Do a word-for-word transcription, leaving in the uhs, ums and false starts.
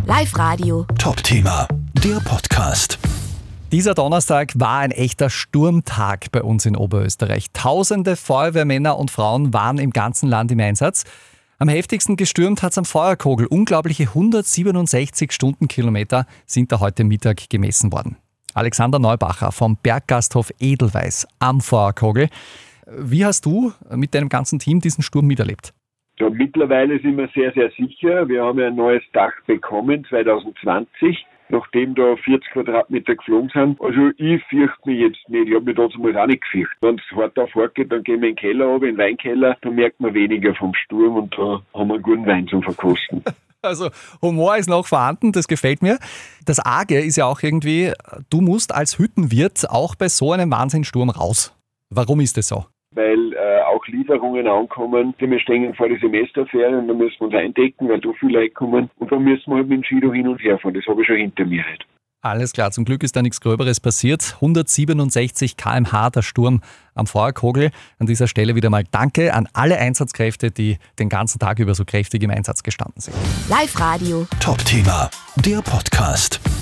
Live-Radio. Top-Thema, der Podcast. Dieser Donnerstag war ein echter Sturmtag bei uns in Oberösterreich. Tausende Feuerwehrmänner und Frauen waren im ganzen Land im Einsatz. Am heftigsten gestürmt hat es am Feuerkogel. Unglaubliche hundertsiebenundsechzig Stundenkilometer sind da heute Mittag gemessen worden. Alexander Neubacher vom Berggasthof Edelweiss am Feuerkogel. Wie hast du mit deinem ganzen Team diesen Sturm miterlebt? Ja, mittlerweile sind wir sehr, sehr sicher. Wir haben ja ein neues Dach bekommen, zwanzig zwanzig, nachdem da vierzig Quadratmeter geflogen sind. Also ich fürchte mich jetzt nicht. Ich habe mich damals auch nicht gefürchtet. Wenn es hart auf hart geht, dann gehen wir in den Keller runter, in den Weinkeller. Da merkt man weniger vom Sturm und da haben wir einen guten Wein zum Verkosten. Also Humor ist noch vorhanden, das gefällt mir. Das Arge ist ja auch irgendwie, du musst als Hüttenwirt auch bei so einem Wahnsinnssturm raus. Warum ist das so? Weil äh, auch Lieferungen ankommen, die wir stehen vor der Semesterferien und da müssen wir uns eindecken, weil da viele Leute kommen und dann müssen wir halt mit dem Skido hin und her fahren. Das habe ich schon hinter mir halt. Alles klar, zum Glück ist da nichts Gröberes passiert. hundertsiebenundsechzig Kilometer pro Stunde der Sturm am Feuerkogel. An dieser Stelle wieder mal Danke an alle Einsatzkräfte, die den ganzen Tag über so kräftig im Einsatz gestanden sind. Live-Radio. Top-Thema, der Podcast.